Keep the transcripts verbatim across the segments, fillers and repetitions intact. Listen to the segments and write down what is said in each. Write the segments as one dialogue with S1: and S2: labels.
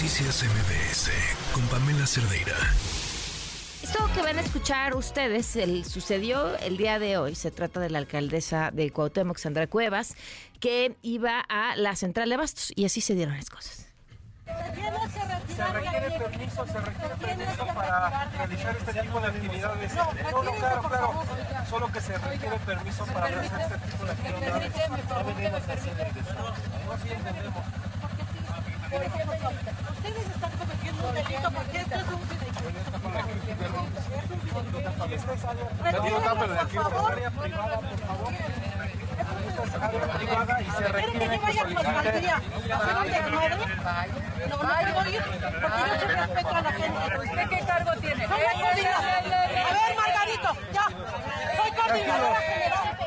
S1: Noticias M B S con Pamela Cerdeira.
S2: Esto que van a escuchar ustedes el, sucedió el día de hoy. Se trata de la alcaldesa de Cuauhtémoc, Sandra Cuevas, que iba a la central de abastos y así se dieron las cosas.
S3: Se requiere permiso, se requiere permiso para realizar este tipo de actividades. No, no, claro, claro. Solo que se requiere permiso para realizar este tipo de actividades. No venimos a hacer el desorden. No, sí entendemos.
S4: Por ejemplo, ustedes están cometiendo un delito porque esto es un fideicomiso. Por favor, área privada, por favor.
S3: Área privada y se requiere que solicite.
S4: ¿Hacer un desmadre? No, no puedo ir porque yo soy respeto a la gente.
S5: ¿Usted qué cargo tiene?
S4: Soy la coordinadora. A ver, Margarito, ya. Soy coordinadora general.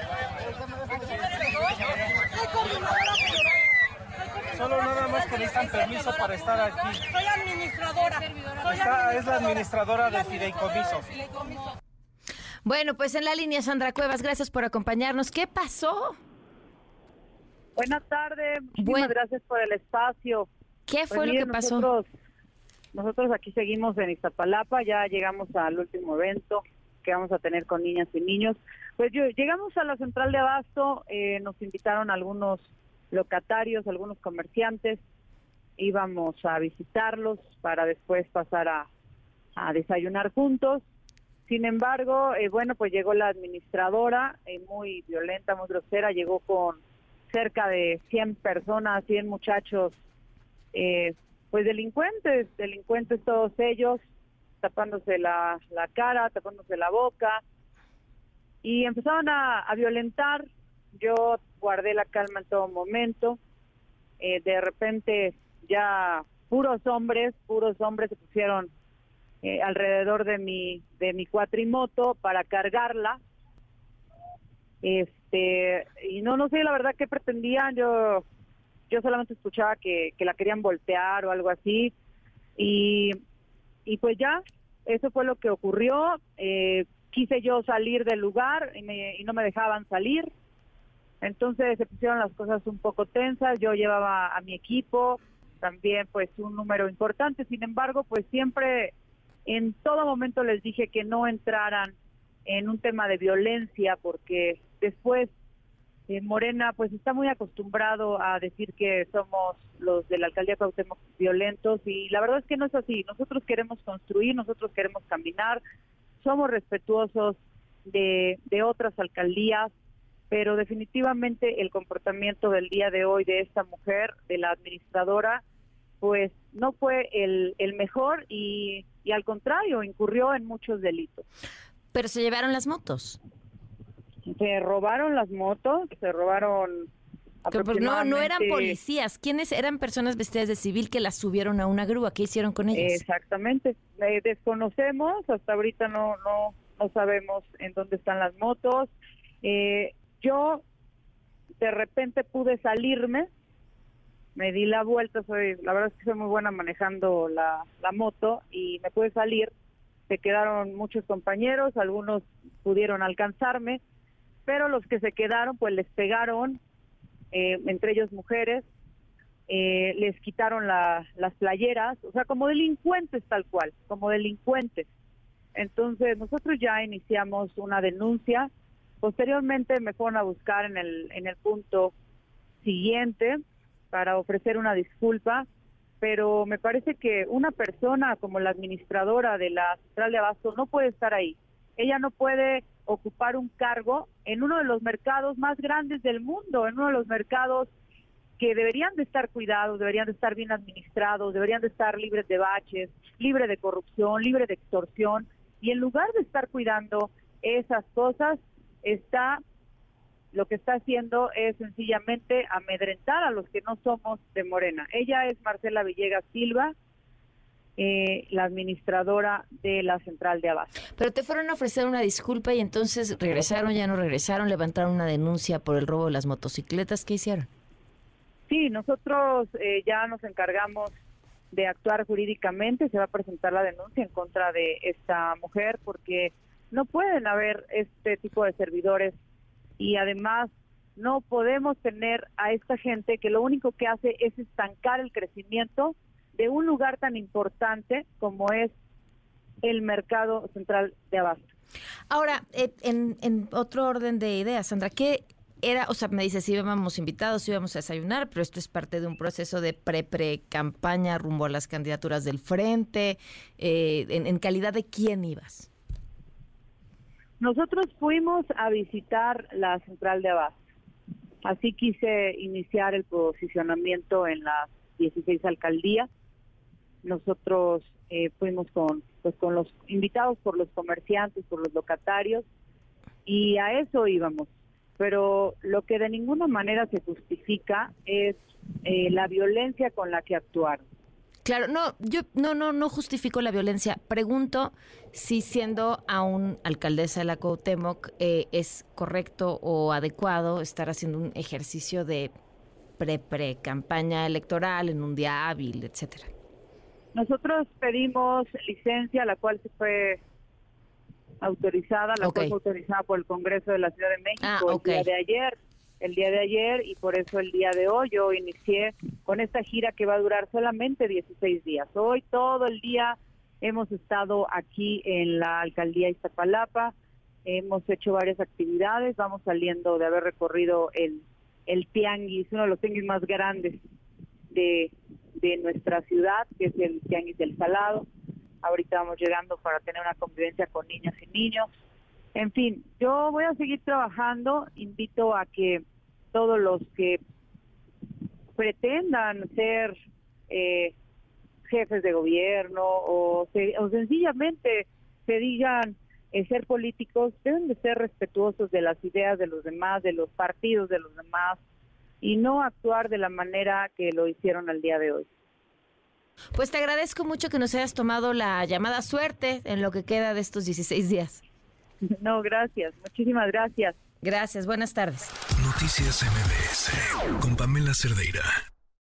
S4: Soy coordinadora general.
S3: Solo nada más que necesitan permiso para estar aquí.
S4: Soy administradora. Soy
S3: Esta es la administradora del fideicomiso.
S2: Bueno, pues en la línea Sandra Cuevas, gracias por acompañarnos. ¿Qué pasó?
S6: Buenas tardes, muchísimas
S2: Buen...
S6: gracias por el espacio.
S2: ¿Qué fue
S6: pues
S2: lo
S6: miren,
S2: que pasó?
S6: Nosotros, nosotros aquí seguimos en Iztapalapa, ya llegamos al último evento que vamos a tener con niñas y niños. Pues yo, llegamos a la central de abasto, eh, nos invitaron algunos locatarios, algunos comerciantes, íbamos a visitarlos para después pasar a, a desayunar juntos. Sin embargo, eh, bueno, pues llegó la administradora, eh, muy violenta, muy grosera, llegó con cerca de cien personas, cien muchachos, eh, pues delincuentes, delincuentes todos ellos, tapándose la, la cara, tapándose la boca, y empezaron a, a violentar. Yo guardé la calma en todo momento, eh, de repente ya puros hombres, puros hombres se pusieron eh, alrededor de mi, de mi cuatrimoto para cargarla, este, y no, no sé la verdad qué pretendían. yo, yo solamente escuchaba que, que la querían voltear o algo así, y, y pues ya, eso fue lo que ocurrió. eh, quise yo salir del lugar y, me, y no me dejaban salir. Entonces se pusieron las cosas un poco tensas. Yo llevaba a mi equipo, también pues un número importante. Sin embargo, pues siempre, en todo momento les dije que no entraran en un tema de violencia, porque después eh, Morena pues está muy acostumbrado a decir que somos los de la alcaldía Cuauhtémoc violentos, y la verdad es que no es así. Nosotros queremos construir, nosotros queremos caminar, somos respetuosos de, de otras alcaldías, pero definitivamente el comportamiento del día de hoy de esta mujer, de la administradora, pues no fue el, el mejor, y, y al contrario, incurrió en muchos delitos.
S2: Pero se llevaron las motos.
S6: Se robaron las motos, se robaron
S2: Pero pues no,
S6: aproximadamente...
S2: no eran policías. ¿Quiénes eran? Personas vestidas de civil que las subieron a una grúa. ¿Qué hicieron con ellas?
S6: Exactamente. Eh, desconocemos, hasta ahorita no, no, no sabemos en dónde están las motos. Eh, Yo de repente pude salirme, me di la vuelta, soy, la verdad es que soy muy buena manejando la, la moto, y me pude salir. Se quedaron muchos compañeros, algunos pudieron alcanzarme, pero los que se quedaron pues les pegaron, eh, entre ellos mujeres, eh, les quitaron la, las playeras, o sea, como delincuentes tal cual, como delincuentes. Entonces nosotros ya iniciamos una denuncia. Posteriormente me fueron a buscar en el en el punto siguiente para ofrecer una disculpa, pero me parece que una persona como la administradora de la central de abasto no puede estar ahí. Ella no puede ocupar un cargo en uno de los mercados más grandes del mundo, en uno de los mercados que deberían de estar cuidados, deberían de estar bien administrados, deberían de estar libres de baches, libre de corrupción, libre de extorsión, y en lugar de estar cuidando esas cosas, está lo que está haciendo es sencillamente amedrentar a los que no somos de Morena. Ella es Marcela Villegas Silva, eh, la administradora de la central de abasto.
S2: Pero te fueron a ofrecer una disculpa y entonces regresaron, ya no regresaron, levantaron una denuncia por el robo de las motocicletas. ¿Qué hicieron?
S6: Sí, nosotros eh, ya nos encargamos de actuar jurídicamente. Se va a presentar la denuncia en contra de esta mujer, porque no pueden haber este tipo de servidores, y además no podemos tener a esta gente que lo único que hace es estancar el crecimiento de un lugar tan importante como es el mercado central de Abasto.
S2: Ahora, eh, en, en otro orden de ideas, Sandra, ¿qué era? O sea, me dices, sí íbamos invitados, íbamos a desayunar, pero esto es parte de un proceso de pre-pre-campaña rumbo a las candidaturas del frente. Eh, en, ¿En calidad de quién ibas?
S6: Nosotros fuimos a visitar la central de Abasto. Así quise iniciar el posicionamiento en las dieciséis alcaldías. Nosotros eh, fuimos con pues con los invitados por los comerciantes, por los locatarios, y a eso íbamos. Pero lo que de ninguna manera se justifica es eh, la violencia con la que actuaron.
S2: Claro, no, yo no, no, no justifico la violencia. Pregunto si siendo aún alcaldesa de la Cuauhtémoc eh, es correcto o adecuado estar haciendo un ejercicio de pre-pre-campaña electoral en un día hábil, etcétera.
S6: Nosotros pedimos licencia, la cual se fue autorizada, la
S2: Okay.
S6: cual fue autorizada por el Congreso de la Ciudad de México
S2: Ah,
S6: el
S2: okay.
S6: día de ayer, el día de ayer, y por eso el día de hoy yo inicié con esta gira que va a durar solamente dieciséis días. Hoy todo el día hemos estado aquí en la alcaldía Iztapalapa, hemos hecho varias actividades, vamos saliendo de haber recorrido el, el tianguis, uno de los tianguis más grandes de, de nuestra ciudad, que es el tianguis del Salado. Ahorita vamos llegando para tener una convivencia con niñas y niños. En fin, yo voy a seguir trabajando. Invito a que todos los que pretendan ser eh, jefes de gobierno o, se, o sencillamente se digan eh, ser políticos, deben de ser respetuosos de las ideas de los demás, de los partidos de los demás, y no actuar de la manera que lo hicieron al día de hoy.
S2: Pues te agradezco mucho que nos hayas tomado la llamada. Suerte en lo que queda de estos dieciséis días.
S6: No, gracias. Muchísimas gracias.
S2: Gracias, buenas tardes.
S1: Noticias M B S con Pamela Cerdeira.